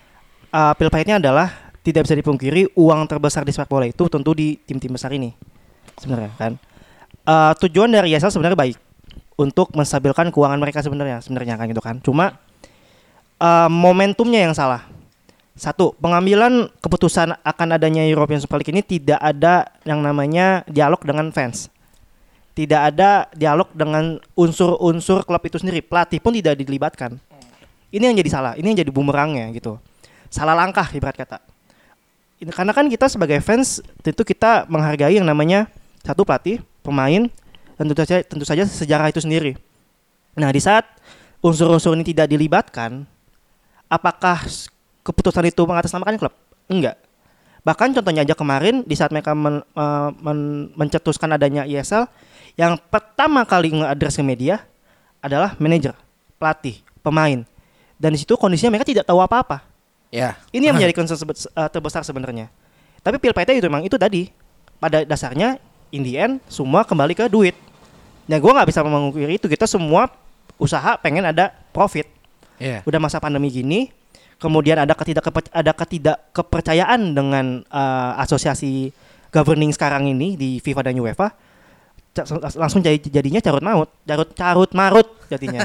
Pil pahitnya adalah tidak bisa dipungkiri uang terbesar di sepak bola itu tentu di tim-tim besar ini. Sebenarnya kan. Tujuan dari ISL sebenarnya baik untuk menstabilkan keuangan mereka sebenarnya kan gitu kan. Cuma momentumnya yang salah. Satu, pengambilan keputusan akan adanya European Super League ini tidak ada yang namanya dialog dengan fans. Tidak ada dialog dengan unsur-unsur klub itu sendiri. Pelatih pun tidak dilibatkan. Ini yang jadi salah, ini yang jadi bumerangnya gitu. Salah langkah ibarat kata. Karena kan kita sebagai fans tentu kita menghargai yang namanya satu pelatih, pemain, dan tentu saja sejarah itu sendiri. Nah, di saat unsur-unsur ini tidak dilibatkan, apakah keputusan itu mengatasnamakan klub? Enggak. Bahkan contohnya aja kemarin di saat mereka mencetuskan adanya ISL, yang pertama kali nge-address ke media adalah manajer, pelatih, pemain. Dan di situ kondisinya mereka tidak tahu apa-apa. Ya. Ini yang menjadi concern terbesar sebenarnya. Tapi pil pahitnya itu memang itu tadi. Pada dasarnya in the end semua kembali ke duit. Nah, gue nggak bisa memungkiri itu, kita semua usaha pengen ada profit. Iya. Udah masa pandemi gini, kemudian ada ketidakkepercayaan dengan asosiasi governing sekarang ini di FIFA dan UEFA, langsung jadinya carut marut jadinya.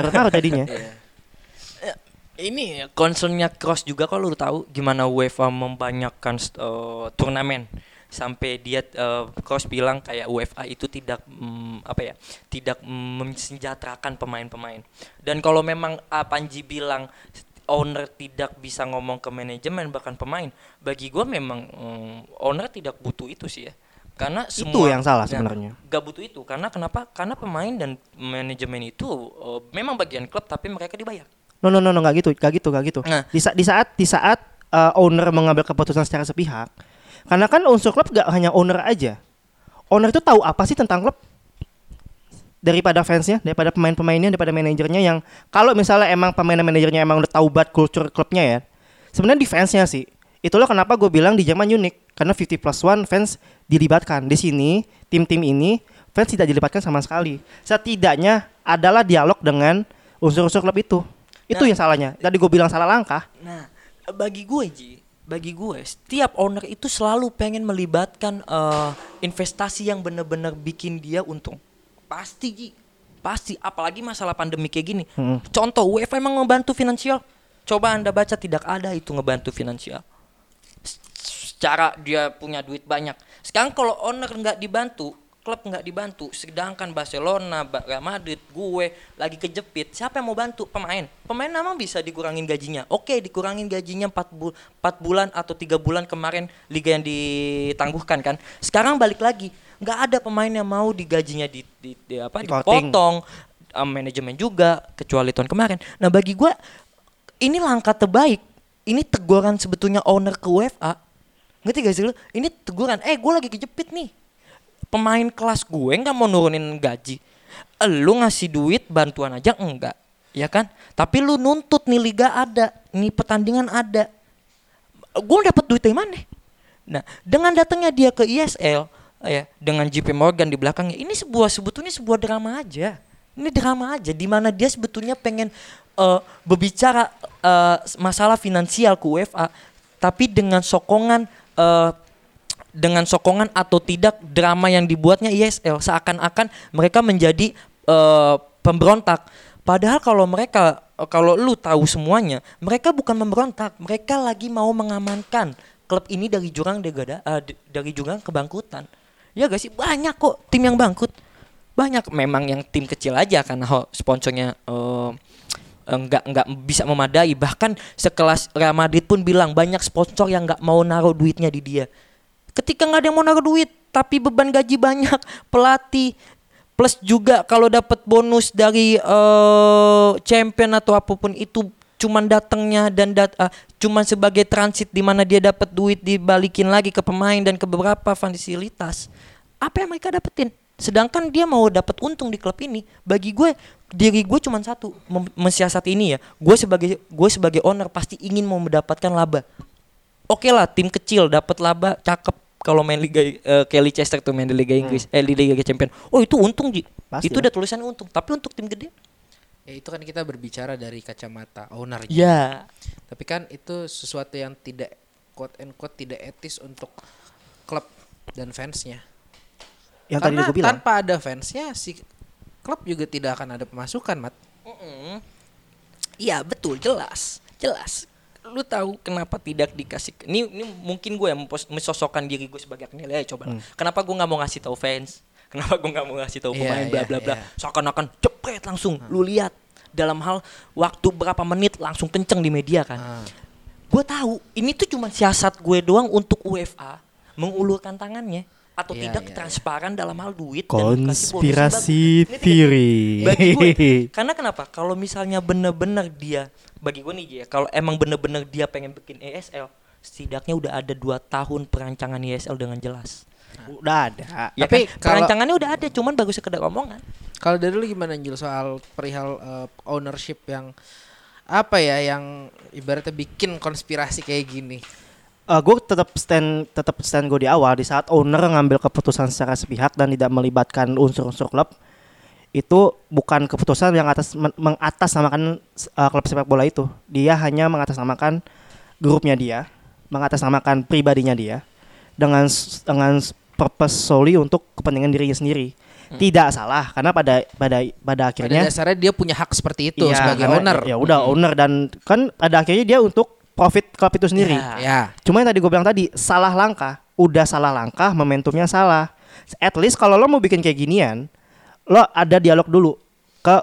Ini concernnya Kroos juga, kalau lu tahu gimana UEFA membanyakkan turnamen sampai dia Kroos bilang kayak UEFA itu tidak tidak mensejahterakan pemain-pemain. Dan kalau memang Panji bilang owner tidak bisa ngomong ke manajemen bahkan pemain, bagi gue memang owner tidak butuh itu sih ya. Karena semua itu yang salah sebenarnya. Gak butuh itu. Karena kenapa? Karena pemain dan manajemen itu memang bagian klub tapi mereka dibayar. No, nggak gitu. Nah. Di saat owner mengambil keputusan secara sepihak, karena kan unsur klub gak hanya owner aja. Owner itu tahu apa sih tentang klub daripada fansnya, daripada pemain-pemainnya, daripada manajernya. Yang kalau misalnya emang pemain dan manajernya emang udah tahu banget kultur klubnya ya, sebenarnya di fansnya sih. Itulah kenapa gue bilang di Jerman unik, karena 50+1 fans dilibatkan. Di sini tim-tim ini fans tidak dilibatkan sama sekali. Setidaknya adalah dialog dengan unsur-unsur klub itu. Itu yang salahnya. Tadi gue bilang salah langkah. Nah, bagi gue setiap owner itu selalu pengen melibatkan investasi yang benar-benar bikin dia untung. Pasti apalagi masalah pandemi kayak gini. Contoh UEFA emang ngebantu finansial. Coba Anda baca, tidak ada itu ngebantu finansial. Secara dia punya duit banyak. Sekarang kalau owner nggak dibantu, klub nggak dibantu, sedangkan Barcelona, Real Madrid, gue lagi kejepit, siapa yang mau bantu? Pemain memang bisa dikurangin gajinya. Oke, dikurangin gajinya 4 bulan atau 3 bulan kemarin liga yang ditangguhkan kan. Sekarang balik lagi, nggak ada pemain yang mau digajinya dipotong, manajemen juga kecuali tahun kemarin. Nah, bagi gue Ini langkah terbaik. Ini teguran sebetulnya owner ke UEFA. Ngerti gak sih lu? Ini teguran. Gue lagi kejepit nih. Pemain kelas gue nggak mau nurunin gaji. Lu ngasih duit bantuan aja enggak, ya kan? Tapi lu nuntut nih liga ada, nih pertandingan ada. Gue dapat duit dari mana? Nah, dengan datangnya dia ke ISL, ya, dengan JP Morgan di belakangnya, ini sebetulnya sebuah drama aja. Ini drama aja, di mana dia sebetulnya pengen berbicara masalah finansial ke UEFA, tapi dengan sokongan atau tidak drama yang dibuatnya ISL, seakan-akan mereka menjadi pemberontak. Padahal kalau lu tahu semuanya, mereka bukan memberontak, mereka lagi mau mengamankan klub ini dari jurang kebangkrutan. Ya gak sih, banyak kok tim yang bangkrut. Banyak, memang yang tim kecil aja karena sponsornya nggak bisa memadai. Bahkan sekelas Real Madrid pun bilang banyak sponsor yang nggak mau naruh duitnya di dia. Ketika nggak ada yang mau naruh duit, tapi beban gaji banyak, pelatih, plus juga kalau dapat bonus dari champion atau apapun itu, cuman datangnya dan cuman sebagai transit di mana dia dapat duit dibalikin lagi ke pemain dan ke beberapa fasilitas. Apa yang mereka dapetin? Sedangkan dia mau dapat untung di klub ini. Bagi gue, diri gue cuma satu, mensiasati ini ya. Gue sebagai owner pasti ingin mau mendapatkan laba. Oke lah, tim kecil dapat laba, cakep. Kalau main liga kayak Leicester tuh main di Liga Inggris, di Liga Champion. Oh, itu untung, Ji. Pasti Itu udah tulisannya untung. Tapi untuk tim gede, Ya itu kan kita berbicara dari kacamata owner. ya. Tapi kan itu sesuatu yang tidak quote and quote tidak etis untuk klub dan fansnya. Yang tadi Karena gue bilang. tanpa ada fansnya si klub juga tidak akan ada pemasukan, Mat. Iya, betul, jelas. Lu tahu kenapa tidak dikasih? Ini mungkin gue yang mensosokkan diri gue sebagai penilai. Coba lah. Kenapa gue nggak mau ngasih tahu fans? Kenapa gue nggak mau ngasih tahu pemain bla bla bla? Seakan-akan cepet langsung. Lu lihat dalam hal waktu berapa menit langsung kenceng di media kan. Gue tahu ini tuh cuma siasat gue doang untuk UEFA mengulurkan tangannya atau tidak transparan dalam hal duit dan konspirasi theory. bagi gue. Karena kenapa? Kalau misalnya bener-bener dia, bagi gue nih ya, kalau emang bener-bener dia pengen bikin ESL, setidaknya udah ada 2 tahun perancangan ESL dengan jelas. Udah ada. Ya Tapi kan? kalau- Perancangannya udah ada, cuman baru sekedar omongan. Kalau dari lu gimana, Jul, soal perihal ownership yang apa ya, yang ibaratnya bikin konspirasi kayak gini? Gue tetap stand gue di awal. Di saat owner ngambil keputusan secara sepihak dan tidak melibatkan unsur-unsur klub, itu bukan keputusan yang mengatasnamakan klub sepak bola itu. Dia hanya mengatasnamakan grupnya dia, mengatasnamakan pribadinya dia dengan purpose solely untuk kepentingan dirinya sendiri. Tidak salah, karena pada akhirnya Pada dasarnya dia punya hak seperti itu sebagai karena owner. Ya udah owner, dan kan pada akhirnya dia untuk profit klub itu sendiri. Ya. Cuma yang tadi gue bilang tadi, salah langkah. Udah salah langkah, momentumnya salah. At least kalau lo mau bikin kayak ginian, lo ada dialog dulu ke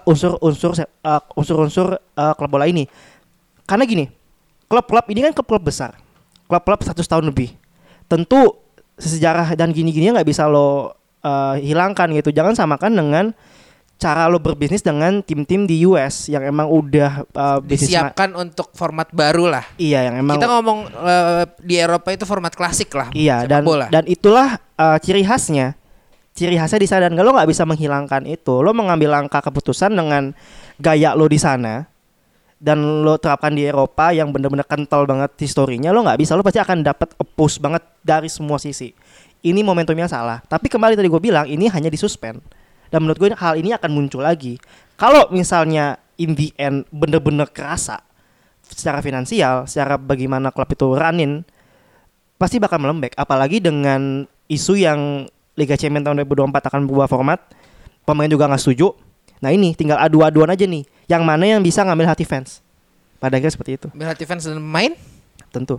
unsur-unsur klub bola ini. Karena gini, klub-klub ini kan klub besar. Klub-klub 100 tahun lebih. Tentu sejarah dan gini-gininya nggak bisa lo hilangkan gitu. Jangan samakan dengan cara lo berbisnis dengan tim-tim di US yang emang udah bisnis Disiapkan untuk format baru lah. Iya, yang emang Kita ngomong di Eropa itu format klasik lah. iya, sepak bola. dan itulah ciri khasnya. Ciri khasnya di sana, dan lo nggak bisa menghilangkan itu. Lo mengambil langkah keputusan dengan gaya lo di sana dan lo terapkan di Eropa yang benar-benar kental banget historinya, lo nggak bisa. Lo pasti akan dapat push banget dari semua sisi. Ini momentumnya salah. Tapi kembali tadi gue bilang, ini hanya disuspend. Dan menurut gue hal ini akan muncul lagi. Kalau misalnya in the end bener-bener kerasa secara finansial, secara bagaimana klub itu runin, pasti bakal melembek. Apalagi dengan isu yang Liga Champions tahun 2024 akan berubah format, pemain juga gak setuju. Nah ini tinggal adu-aduan aja nih, yang mana yang bisa ngambil hati fans. Pada akhirnya seperti itu. Ambil hati fans dan main. Tentu.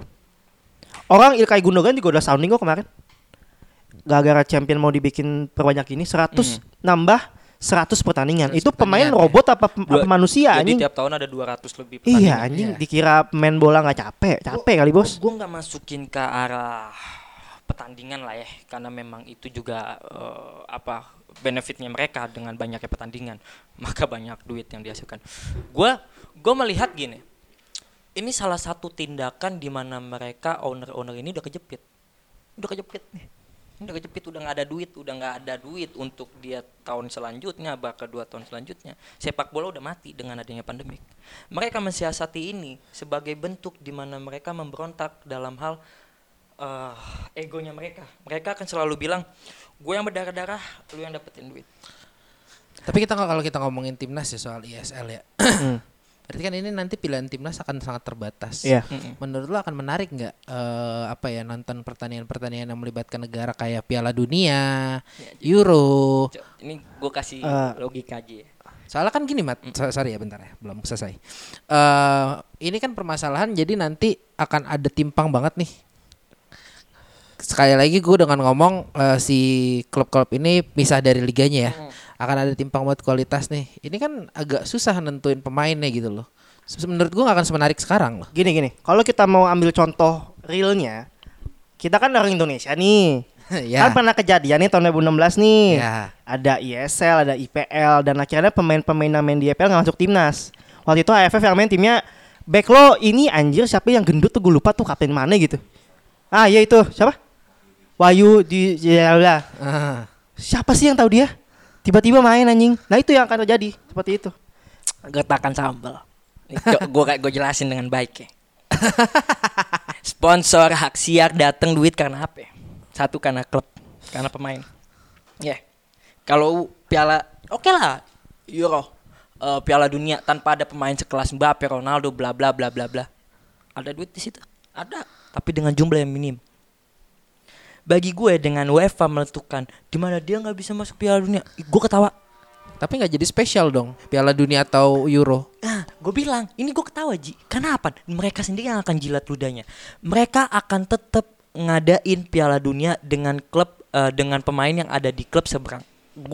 Orang Ilkay Gundogan juga udah sounding kok kemarin. Gara-gara champion mau dibikin perbanyak ini 100 nambah 100 pertandingan. 100 Itu pemain pertandingan, robot apa manusia Jadi anjing? tiap tahun ada 200 lebih pertandingan. Iya anjing, Iya. dikira pemain bola nggak capek kali bos. Gue nggak masukin ke arah pertandingan lah ya, karena memang itu juga benefitnya mereka dengan banyaknya pertandingan, maka banyak duit yang dihasilkan. Gue melihat gini, Ini salah satu tindakan di mana mereka owner ini udah kejepit nih. Udah kejepit, udah nggak ada duit untuk dia tahun selanjutnya, bahkan 2 tahun selanjutnya. Sepak bola udah mati dengan adanya pandemik. Mereka mensiasati ini sebagai bentuk di mana mereka memberontak dalam hal egonya mereka. Mereka akan selalu bilang, gue yang berdarah-darah, lu yang dapetin duit. Tapi kalau kita ngomongin timnas ya soal ISL ya. Berarti kan ini nanti pilihan timnas akan sangat terbatas. Iya. Menurut lo akan menarik nggak nonton pertandingan yang melibatkan negara kayak Piala Dunia, Euro? Ini gue kasih logika aja ya. Soalnya kan gini Mat, sorry ya bentar ya, belum selesai. Ini kan permasalahan, jadi nanti akan ada timpang banget nih. Sekali lagi gue dengan ngomong si klub-klub ini pisah dari liganya ya. Akan ada timpang buat kualitas nih. Ini kan agak susah nentuin pemainnya gitu loh. Menurut gue gak akan semenarik sekarang loh. Gini, kalau kita mau ambil contoh realnya, kita kan orang Indonesia nih. Ya. Kan pernah kejadian nih tahun 2016 nih. Ya. Ada ISL, ada IPL, dan akhirnya pemain-pemain yang main di IPL gak masuk timnas. Waktu itu AFF yang main timnya, back lo ini anjir siapa yang gendut tuh, gue lupa tuh kapten mana gitu. Ah iya itu, siapa? Wahyu di Jaya. Siapa sih yang tahu dia? Tiba-tiba main anjing. Nah itu yang akan terjadi seperti itu. Gertakan sambal. Gue jelasin dengan baik ya. Sponsor hak siar datang duit karena apa? Satu karena klub, karena pemain. Ya. Yeah. Kalau piala oke lah, Euro, Piala Dunia tanpa ada pemain sekelas Mbappe, Ronaldo, bla bla bla bla bla. Ada duit di situ. Ada, tapi dengan jumlah yang minim. Bagi gue dengan UEFA menentukan di mana dia nggak bisa masuk Piala Dunia, gue ketawa. Tapi nggak jadi spesial dong Piala Dunia atau Euro. Nah, gue bilang ini gue ketawa Ji. Kenapa? Mereka sendiri yang akan jilat ludahnya. Mereka akan tetap ngadain Piala Dunia dengan klub dengan pemain yang ada di klub seberang.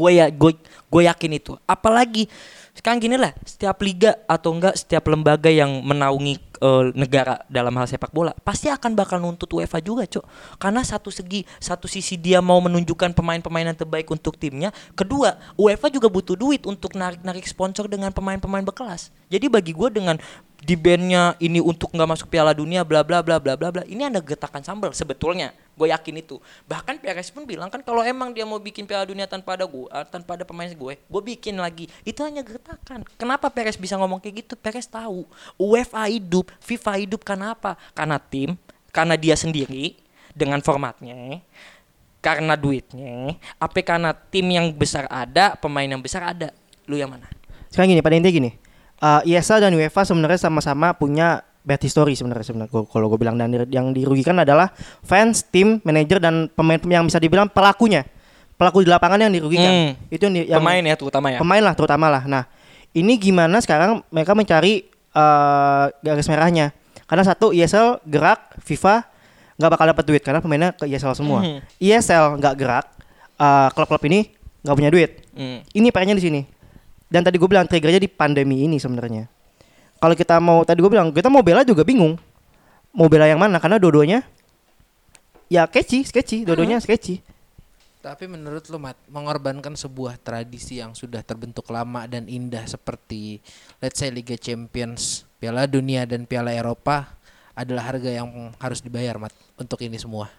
Gue yakin itu. Apalagi sekarang gini lah, setiap liga atau enggak setiap lembaga yang menaungi negara dalam hal sepak bola pasti akan bakal nuntut UEFA juga, Cok. Karena satu sisi dia mau menunjukkan pemain-pemain yang terbaik untuk timnya, kedua UEFA juga butuh duit untuk narik sponsor dengan pemain-pemain berkelas. Jadi bagi gue dengan di bandnya ini untuk nggak masuk Piala Dunia bla bla bla bla bla bla, ini ada getakan sambal sebetulnya. Gue yakin itu. Bahkan Perez pun bilang kan kalau emang dia mau bikin Piala Dunia tanpa ada pemain gue bikin lagi. Itu hanya gertakan. Kenapa Perez bisa ngomong kayak gitu? Perez tahu UEFA hidup, FIFA hidup karena apa? Karena tim, karena dia sendiri dengan formatnya, karena duitnya, apa karena tim yang besar ada, pemain yang besar ada. Lu yang mana? Sekarang gini, pada intinya gini. ISL dan UEFA sebenarnya sama-sama punya bad history sebenarnya kalau gue bilang, dan yang dirugikan adalah fans, tim, manajer dan pemain yang bisa dibilang pelaku di lapangan yang dirugikan. Itu yang pemain ya terutama ya. Pemain lah terutama lah. Nah, ini gimana sekarang mereka mencari garis merahnya. Karena satu, ISL gerak, FIFA nggak bakal dapat duit karena pemainnya ke ISL semua. ISL nggak gerak, klub-klub ini nggak punya duit. Ini PR-nya di sini. Dan tadi gue bilang triggernya di pandemi ini sebenarnya. Kalau kita mau, tadi gue bilang kita mau bela juga bingung. Mau bela yang mana? Karena dua-duanya ya sketchy, dua-duanya sketchy. Tapi menurut lo Mat, mengorbankan sebuah tradisi yang sudah terbentuk lama dan indah seperti let's say Liga Champions, Piala Dunia dan Piala Eropa adalah harga yang harus dibayar Mat untuk ini semua?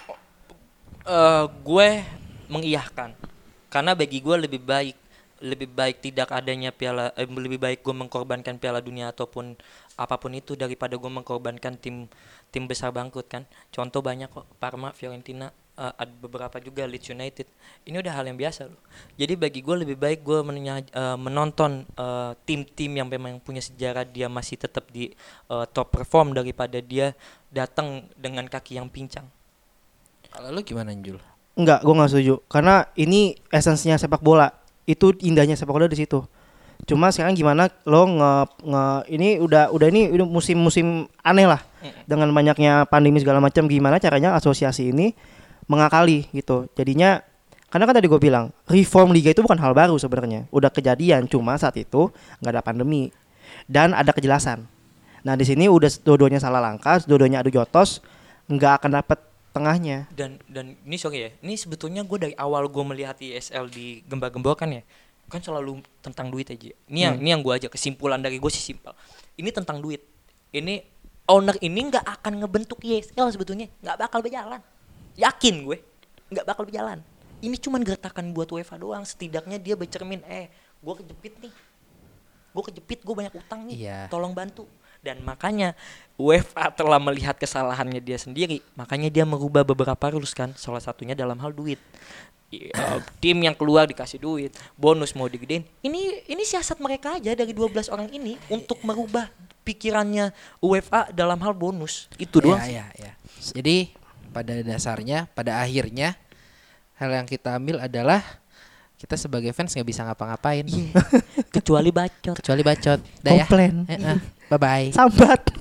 Gue mengiyahkan. Karena bagi gue lebih baik tidak adanya lebih baik gue mengkorbankan Piala Dunia ataupun apapun itu daripada gue mengkorbankan tim besar bangkrut kan. Contoh banyak kok, Parma, Fiorentina, ada beberapa juga Leeds United. Ini udah hal yang biasa loh. Jadi bagi gue lebih baik gue menonton tim-tim yang memang punya sejarah dia masih tetap di top perform daripada dia datang dengan kaki yang pincang. Kalau lu gimana Jul? Enggak, gue nggak setuju. Karena ini esensinya sepak bola. Itu indahnya sepak bola di situ. Cuma sekarang gimana lo ini udah musim-musim aneh lah. Dengan banyaknya pandemi segala macam, gimana caranya asosiasi ini mengakali gitu. Jadinya karena kan tadi gue bilang reform liga itu bukan hal baru sebenarnya. Udah kejadian, cuma saat itu nggak ada pandemi dan ada kejelasan. Nah di sini udah dua-duanya salah langkah, dua-duanya adu jotos, nggak akan dapet tengahnya. Dan ini sorry ya, ini sebetulnya gue dari awal gue melihat ISL di gembar-gemborkan ya, kan selalu tentang duit aja. Ini yang gue aja kesimpulan dari gue sih simpel. Ini tentang duit. ini owner ini nggak akan ngebentuk YSL sebetulnya, nggak bakal berjalan. Yakin gue, nggak bakal berjalan. Ini cuman gertakan buat UEFA doang. Setidaknya dia bercermin, gue kejepit nih, gue banyak utang nih, Iya. tolong bantu. Dan makanya UEFA telah melihat kesalahannya dia sendiri, makanya dia merubah beberapa rules kan, salah satunya dalam hal duit. Tim yang keluar dikasih duit, bonus mau digedein. Ini siasat mereka aja dari 12 orang ini untuk merubah pikirannya UEFA dalam hal bonus. Itu doang. Ya. Jadi pada dasarnya, pada akhirnya hal yang kita ambil adalah kita sebagai fans nggak bisa ngapa-ngapain Kecuali bacot. kecuali bacot. Dah ya. Komplain. Bye bye. Sambat.